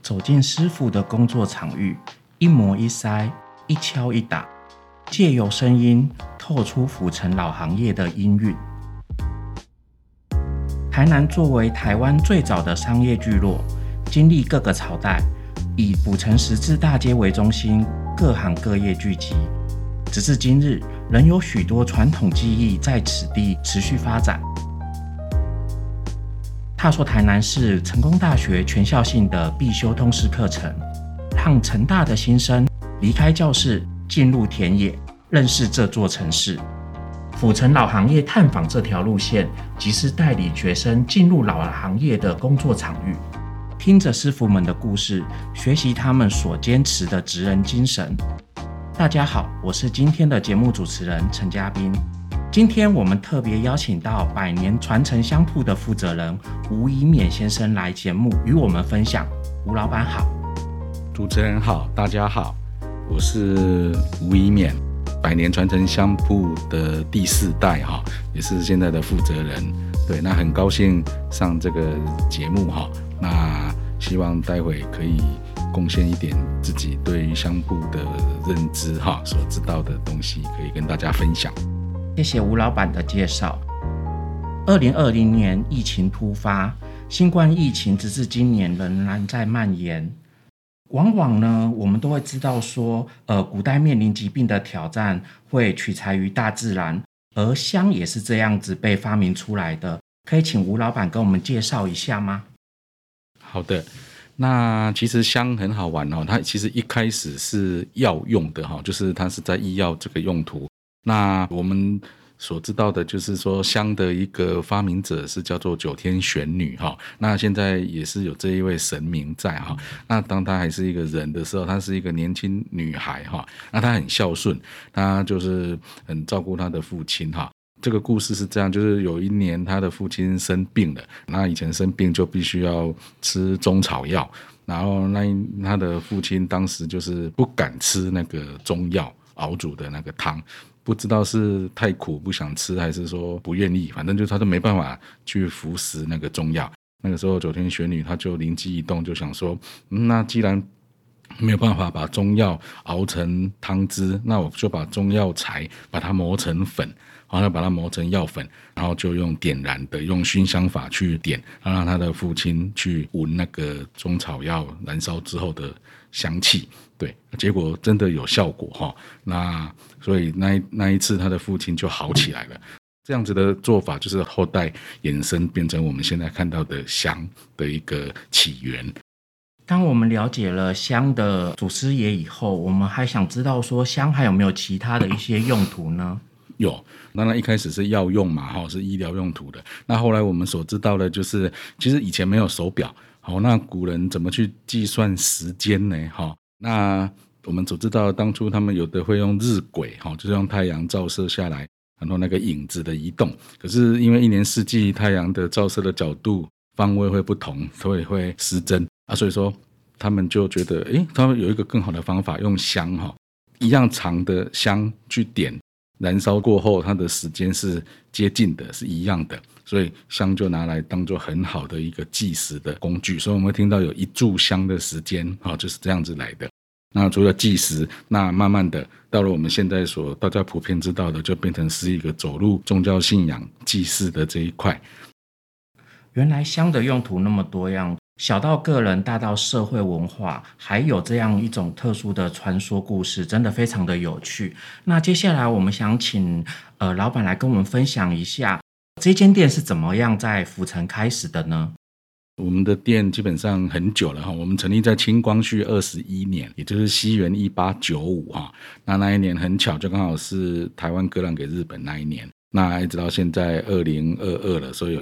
走进师傅的工作场域，一磨一塞，一敲一打，借由声音透出府城老行业的音韵。台南作为台湾最早的商业聚落，经历各个朝代，以府城十字大街为中心，各行各业聚集。直至今日，仍有许多传统技艺在此地持续发展。踏硕台南市成功大学全校性的必修通识课程，让成大的新生离开教室，进入田野，认识这座城市。府城老行业探访这条路线，即是带领学生进入老行业的工作场域，听着师傅们的故事，学习他们所坚持的职人精神。大家好，我是今天的节目主持人陈嘉宾。今天我们特别邀请到百年传承香铺的负责人吴以勉先生来节目与我们分享。吴老板好。 主持人好，大家好，我是吴以勉，百年传承香铺的第4代哈，也是现在的负责人。对，那很高兴上这个节目哈，那希望待会可以贡献一点自己对于香铺的认知哈，所知道的东西可以跟大家分享。 谢谢吴老板的介绍。2020年疫情突发，新冠疫情直至今年仍然在蔓延。往往呢，我们都会知道说，古代面临疾病的挑战会取材于大自然，而香也是这样子被发明出来的。可以请吴老板跟我们介绍一下吗？ 好的，那其实香很好玩哦，它其实一开始是药用的哈，就是它是在医药这个用途。那我们所知道的就是说，香的一个发明者是叫做九天玄女哈。那现在也是有这一位神明在哈。那当她还是一个人的时候，她是一个年轻女孩哈。那她很孝顺，她就是很照顾她的父亲哈。这个故事是这样，就是有一年她的父亲生病了，那以前生病就必须要吃中草药，然后她的父亲当时就是不敢吃那个中药熬煮的那个汤。不知道是太苦不想吃，还是说不愿意，反正就是他都没办法去服食那个中药。那个时候九天玄女她就灵机一动，就想说，那既然没有办法把中药熬成汤汁，那我就把中药材把它磨成粉，然后把它磨成药粉，然后就用点燃的，用熏香法去点，让他的父亲去闻那个中草药燃烧之后的香气。对，结果真的有效果哈。那所以那一次他的父亲就好起来了。这样子的做法就是后代衍生变成我们现在看到的香的一个起源。 当我们了解了香的祖师爷以后，我们还想知道说香还有没有其他的一些用途呢？ 有，那一开始是药用嘛，是医疗用途的。那后来我们所知道的就是，其实以前没有手表，那古人怎么去计算时间呢？那我们所知道，当初他们有的会用日晷，就是用太阳照射下来，然后那个影子的移动。可是因为一年四季太阳的照射的角度方位会不同，所以会失真啊。所以说他们就觉得，他们有一个更好的方法，用香一样长的香去点，燃烧过后，它的时间是接近的，是一样的。所以香就拿来当作很好的一个计时的工具，所以我们会听到有一炷香的时间，就是这样子来的。那除了计时，那慢慢的到了我们现在所大家普遍知道的，就变成是一个走入宗教信仰祭祀的这一块。 原来香的用途那么多样，小到个人，大到社会文化，还有这样一种特殊的传说故事，真的非常的有趣。那接下来我们想请老板来跟我们分享一下，这间店是怎么样在府城开始的呢？ 我们的店基本上很久了，我们成立在清光绪21年，也就是西元1895。那一年很巧，就刚好是台湾割让给日本那一年。那一直到现在2022了，所以有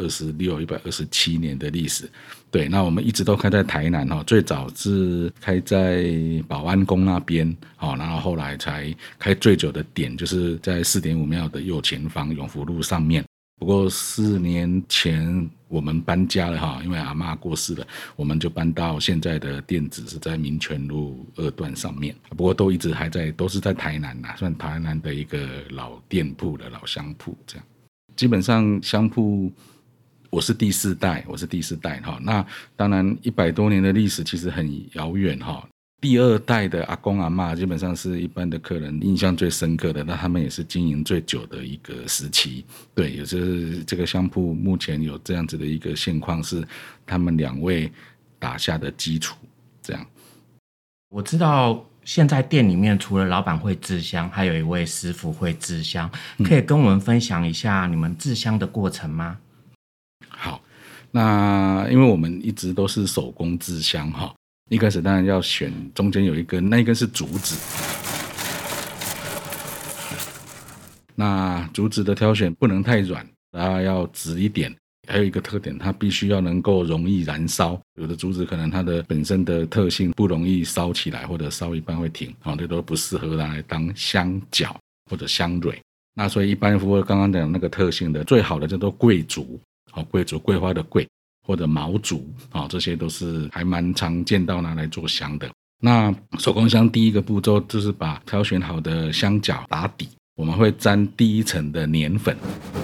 126、127年的历史。对，那我们一直都开在台南，最早是开在保安宫那边，然后后来才开最久的点，就是在4.5庙的右前方永福路上面。不过4年前我们搬家了因为阿嬷过世了，我们就搬到现在的店址是在民权路2段上面。不过都一直都是在台南算台南的一个老店铺的老香铺这样。基本上香铺我是第四代哈。那当然100多年的历史其实很遥远哈。第二代的阿公阿嬷基本上是一般的客人印象最深刻的，那他们也是经营最久的一个时期。对，也就是这个香铺目前有这样子的一个现况，是他们2位打下的基础。这样， 我知道现在店里面除了老板会制香，还有一位师傅会制香，可以跟我们分享一下你们制香的过程吗？ 好，那因为我们一直都是手工制香哈。一开始当然要选中间有一根，那一根是竹子。那竹子的挑选不能太软，它要直一点。还有一个特点，它必须要能够容易燃烧。有的竹子可能它的本身的特性不容易烧起来，或者烧一半会停，这都不适合拿来当香角或者香蕊。那所以一般符合刚刚讲那个特性的，最好的叫做桂竹，桂竹桂花的桂。或者毛竹，这些都是还蛮常见到拿来做香的。那手工香第一个步骤就是把挑选好的香角打底，我们会沾第一层的粘粉，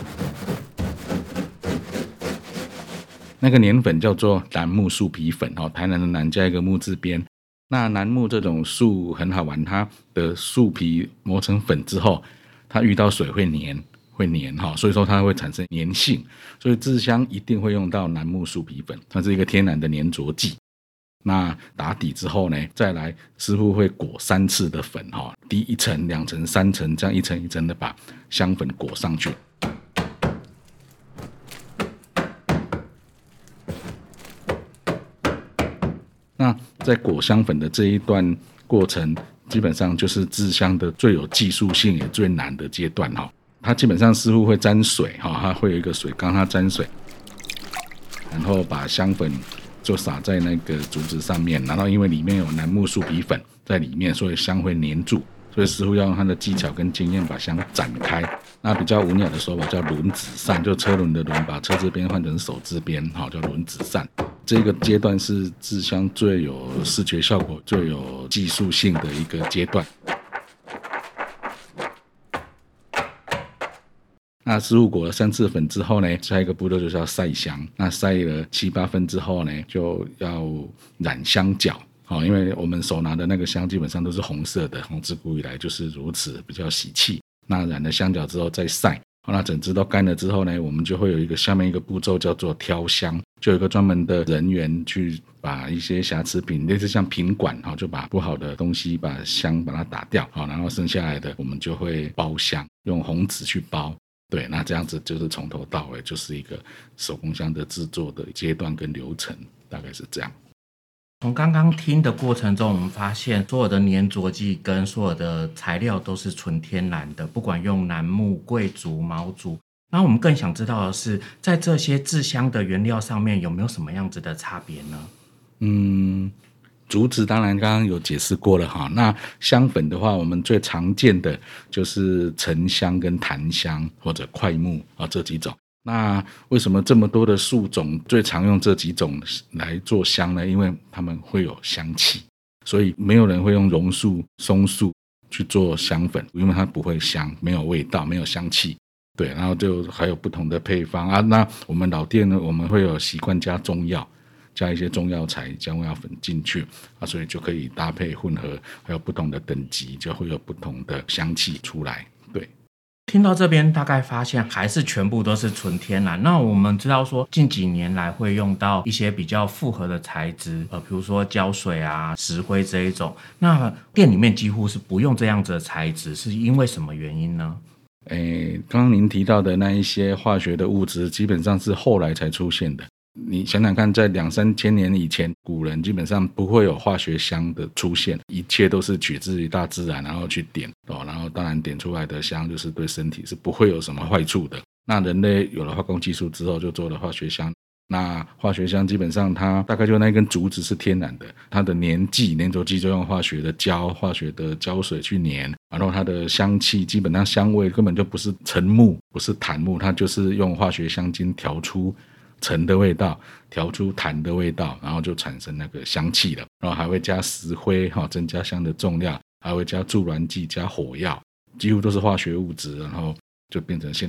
那个粘粉叫做楠木树皮粉，台南的楠加一个木字边。那楠木这种树很好玩，它的树皮磨成粉之后，它遇到水会黏，所以说它会产生粘性，所以制香一定会用到楠木树皮粉，它是一个天然的粘着剂。那打底之后呢，再来师傅会裹3次的粉，第1层、2层、3层，这样一层一层的把香粉裹上去。那在裹香粉的这一段过程，基本上就是制香的最有技术性也最难的阶段。它基本上师傅会沾水，它会有一个水缸，它沾水，然后把香粉就撒在那个竹子上面，然后因为里面有楠木树皮粉在里面，所以香会粘住，所以师傅要用他的技巧跟经验把香展开。那比较无鸟的说法叫轮子扇，就车轮的轮，把车字边换成手字边，叫轮子扇。这个阶段是制香最有视觉效果、最有技术性的一个阶段。那师傅裹了3次粉之后呢，下一个步骤就是要晒香。那晒了7、8分之后呢，就要染香角。因为我们手拿的那个香基本上都是红色的，自古以来就是如此，比较喜气。那染了香角之后再晒，那整支都干了之后呢，我们就会有下面一个步骤叫做挑香，就有一个专门的人员去把一些瑕疵品，类似像品管，就把不好的东西把香把它打掉，然后剩下来的我们就会包香，用红纸去包。对，那这样子就是从头到尾就是一个手工香的制作的阶段跟流程，大概是这样。 从刚刚听的过程中，我们发现所有的粘着剂跟所有的材料都是纯天然的，不管用楠木、桂竹、毛竹。那我们更想知道的是，在这些制香的原料上面有没有什么样子的差别呢？ 竹子当然刚刚有解释过了哈。那香粉的话，我们最常见的就是沉香跟檀香或者檜木这几种。那为什么这么多的树种最常用这几种来做香呢？因为它们会有香气，所以没有人会用榕树、松树去做香粉，因为它不会香，没有味道，没有香气。对，然后就还有不同的配方啊。那我们老店呢，我们会有习惯加中药，加一些中药材、中药粉进去所以就可以搭配混合，还有不同的等级，就会有不同的香气出来。对。 听到这边大概发现还是全部都是纯天然。那我们知道说近几年来会用到一些比较复合的材质，比如说胶水啊、石灰这一种。那店里面几乎是不用这样子的材质，是因为什么原因呢？ 刚刚您提到的那一些化学的物质基本上是后来才出现的。你想想看，在2、3千年以前，古人基本上不会有化学香的出现，一切都是取自于大自然，然后去点然后当然点出来的香就是对身体是不会有什么坏处的。那人类有了化工技术之后，就做了化学香。那化学香基本上它大概就那根竹子是天然的，它的粘着剂就用化学的胶水去粘，然后它的香气基本上香味根本就不是沉木，不是檀木，它就是用化学香精调出沉的味道，调出檀的味道，然后就产生那个香气了。然后还会加石灰增加香的重量，还会加助燃剂、加火药，几乎都是化学物质，然后就变成现在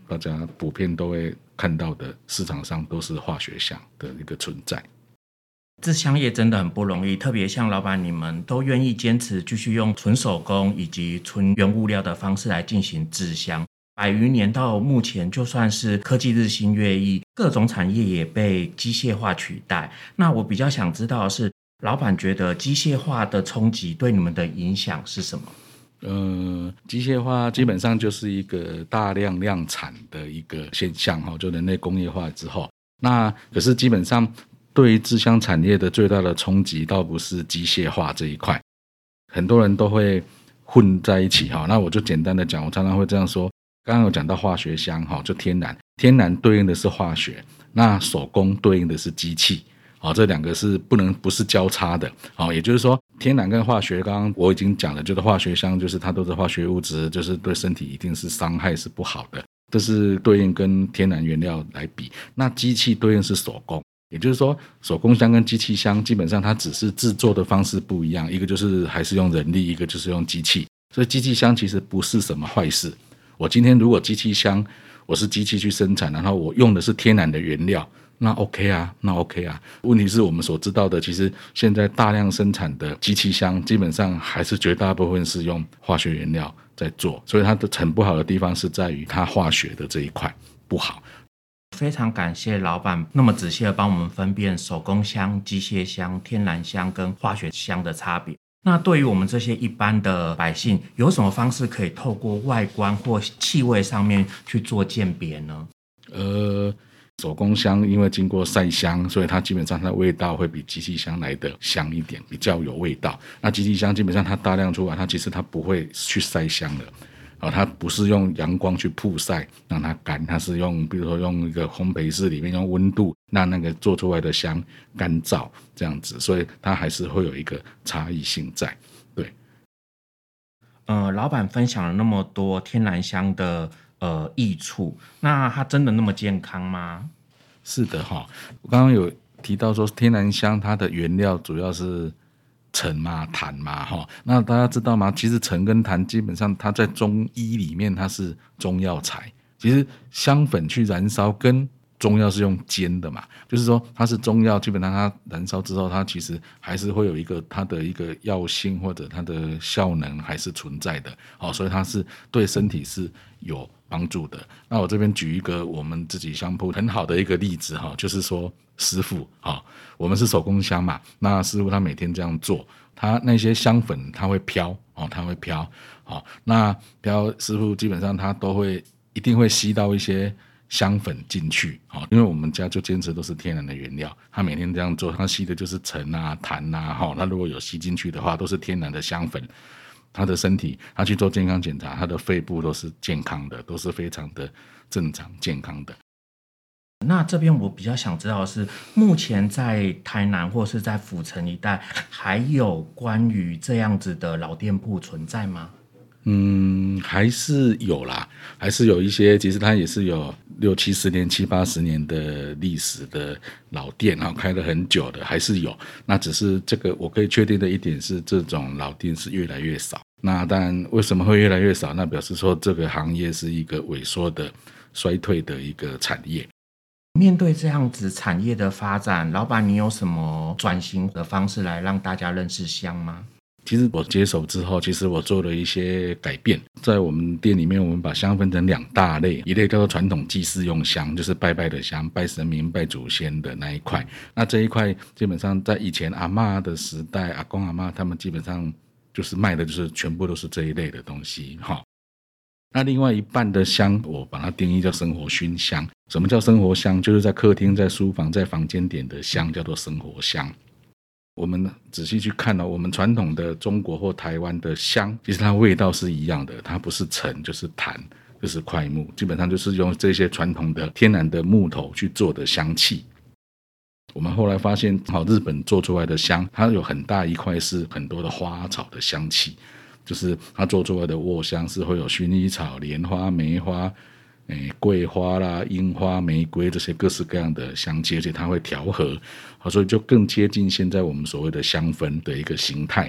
大家普遍都会看到的市场上都是化学香的一个存在。 制香业真的很不容易，特别像老板你们都愿意坚持继续用纯手工以及纯原物料的方式来进行制香，100余年到目前，就算是科技日新月异，各种产业也被机械化取代。那我比较想知道的是，老板觉得机械化的冲击对你们的影响是什么？ 机械化基本上就是一个大量量产的一个现象，就人类工业化之后，那可是基本上对于制香产业的最大的冲击倒不是机械化这一块，很多人都会混在一起。那我就简单的讲，我常常会这样说，刚刚有讲到化学香，就天然对应的是化学，那手工对应的是机器，这两个是不是交叉的，也就是说天然跟化学，刚刚我已经讲了，就是化学香就是它都是化学物质，就是对身体一定是伤害是不好的，这是对应跟天然原料来比。那机器对应是手工，也就是说手工香跟机器香基本上它只是制作的方式不一样，一个就是还是用人力，一个就是用机器，所以机器香其实不是什么坏事。我今天如果机器香我是机器去生产，然后我用的是天然的原料，那 OK 啊。问题是我们所知道的，其实现在大量生产的机器香基本上还是绝大部分是用化学原料在做，所以它的很不好的地方是在于它化学的这一块不好。 非常感谢老板那么仔细的帮我们分辨手工香、机械香、天然香跟化学香的差别。那对于我们这些一般的百姓，有什么方式可以透过外观或气味上面去做鉴别呢？ 手工香因为经过晒香，所以它基本上它的味道会比机器香来的香一点，比较有味道。那机器香基本上它大量出来，它其实它不会去晒香的，它不是用阳光去曝晒让它干，它是用比如说用一个烘焙室里面用温度让那个做出来的香干燥这样子，所以它还是会有一个差异性在。对， 老板分享了那么多天然香的益处，那它真的那么健康吗？ 是的我刚刚有提到说天然香它的原料主要是橙嘛、檀嘛那大家知道吗？其实橙跟檀基本上它在中医里面它是中药材，其实香粉去燃烧跟中药是用煎的嘛，就是说它是中药，基本上它燃烧之后它其实还是会有一个它的一个药性或者它的效能还是存在的，所以它是对身体是有帮助的。那我这边举一个我们自己香铺很好的一个例子就是说师傅我们是手工香嘛，那师傅他每天这样做，他那些香粉它会飘那飘师傅基本上他都会一定会吸到一些香粉进去因为我们家就坚持都是天然的原料，他每天这样做，他吸的就是橙啊、檀啊那如果有吸进去的话都是天然的香粉，他的身体他去做健康检查，他的肺部都是健康的，都是非常的正常健康的。 那这边我比较想知道的是，目前在台南或是在府城一带还有关于这样子的老店铺存在吗？ 还是有啦，还是有一些，其实它也是有60-70年、70-80年的历史的老店，开了很久的还是有。那只是这个我可以确定的一点是，这种老店是越来越少。那当然，为什么会越来越少？那表示说这个行业是一个萎缩的、衰退的一个产业。 面对这样子产业的发展，老板你有什么转型的方式来让大家认识香吗？ 其实我接手之后，其实我做了一些改变。在我们店里面，我们把香分成2大类，一类叫做传统祭祀用香，就是拜拜的香，拜神明、拜祖先的那一块。那这一块基本上在以前阿嬷的时代，阿公阿嬷他们基本上就是卖的就是全部都是这一类的东西那另外一半的香，我把它定义叫生活熏香。什么叫生活香？就是在客厅、在书房、在房间点的香叫做生活香。我们仔细去看我们传统的中国或台湾的香，其实它味道是一样的，它不是橙就是檀就是檜木，基本上就是用这些传统的天然的木头去做的香气。我们后来发现日本做出来的香，它有很大一块是很多的花草的香气，就是它做出来的卧香是会有薰衣草、莲花、梅花、桂花啦、樱花、玫瑰这些各式各样的香气，而且它会调和，所以就更接近现在我们所谓的香氛的一个形态。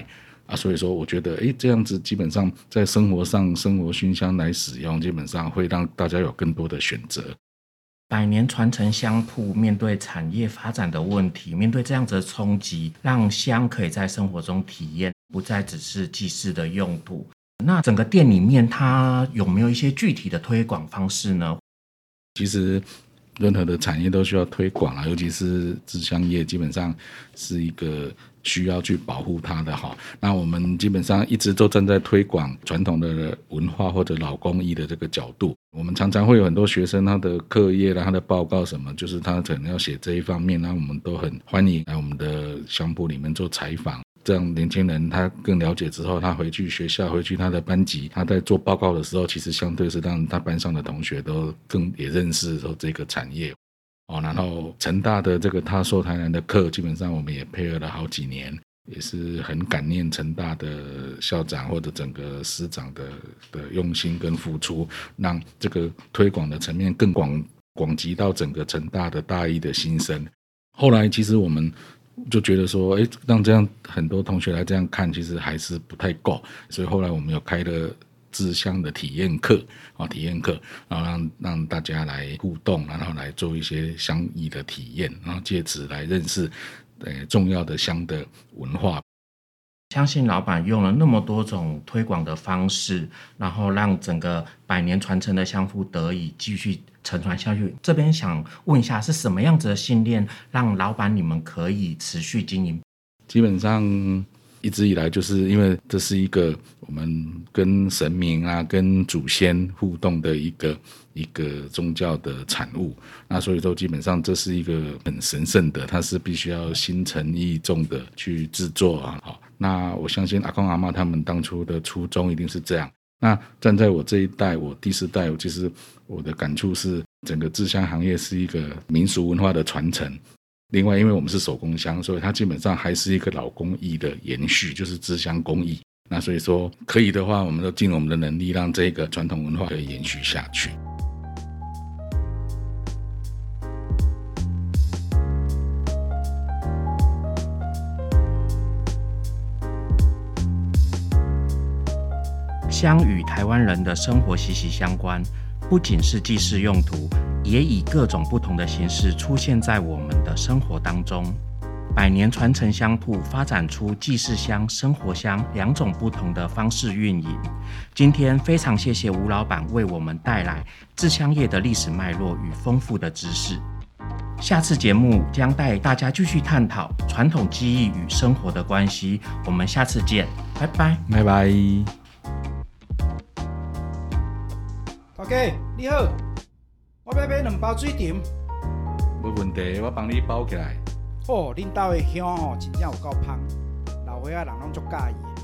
所以说我觉得这样子基本上在生活上生活熏香来使用，基本上会让大家有更多的选择。 百年传承香铺面对产业发展的问题，面对这样子的冲击，让香可以在生活中体验，不再只是祭祀的用途。那整个店里面它有没有一些具体的推广方式呢？ 其实任何的产业都需要推广啦，尤其是制香业，基本上是一个需要去保护它的哈。那我们基本上一直都站在推广传统的文化或者老工艺的这个角度。我们常常会有很多学生，他的课业啦、他的报告什么，就是他可能要写这一方面，那我们都很欢迎来我们的香铺里面做采访。这样年轻人他更了解之后，他回去学校回去他的班级，他在做报告的时候，其实相对是让他班上的同学都更也认识说这个产业。然后成大的这个他说台南的课，基本上我们也配合了好几年，也是很感念成大的校长或者整个师长的用心跟付出，让这个推广的层面更广及到整个成大的大一的新生。后来其实我们就觉得说让这样很多同学来这样看，其实还是不太够，所以后来我们有开了制香的体验课，然后让大家来互动，然后来做一些香艺的体验，然后借此来认识重要的香的文化。 相信老板用了那么多种推广的方式，然后让整个百年传承的香铺得以继续承传下去。这边想问一下，是什么样子的信念让老板你们可以持续经营？ 基本上一直以来就是因为这是一个我们跟神明啊、跟祖先互动的一个宗教的产物，那所以说基本上这是一个很神圣的，它是必须要心诚意重的去制作啊。好，那我相信阿公阿嬷他们当初的初衷一定是这样。那站在我这一代，我第四代，其实我的感触是，整个制香行业是一个民俗文化的传承。另外因为我们是手工香，所以它基本上还是一个老工艺的延续，就是制香工艺。那所以说可以的话，我们都尽我们的能力，让这个传统文化可以延续下去。 香与台湾人的生活息息相关，不仅是祭祀用途，也以各种不同的形式出现在我们的生活当中。百年传承香铺发展出祭祀香、生活香两种不同的方式运营。今天非常谢谢吴老板为我们带来制香业的历史脉络与丰富的知识。下次节目将带大家继续探讨传统技艺与生活的关系。我们下次见，拜拜， 拜拜。 大家你好，我要买2包水甜。 没问题，我帮你包起来。 恁兜的香真正有够香，老岁仔人拢足介意的。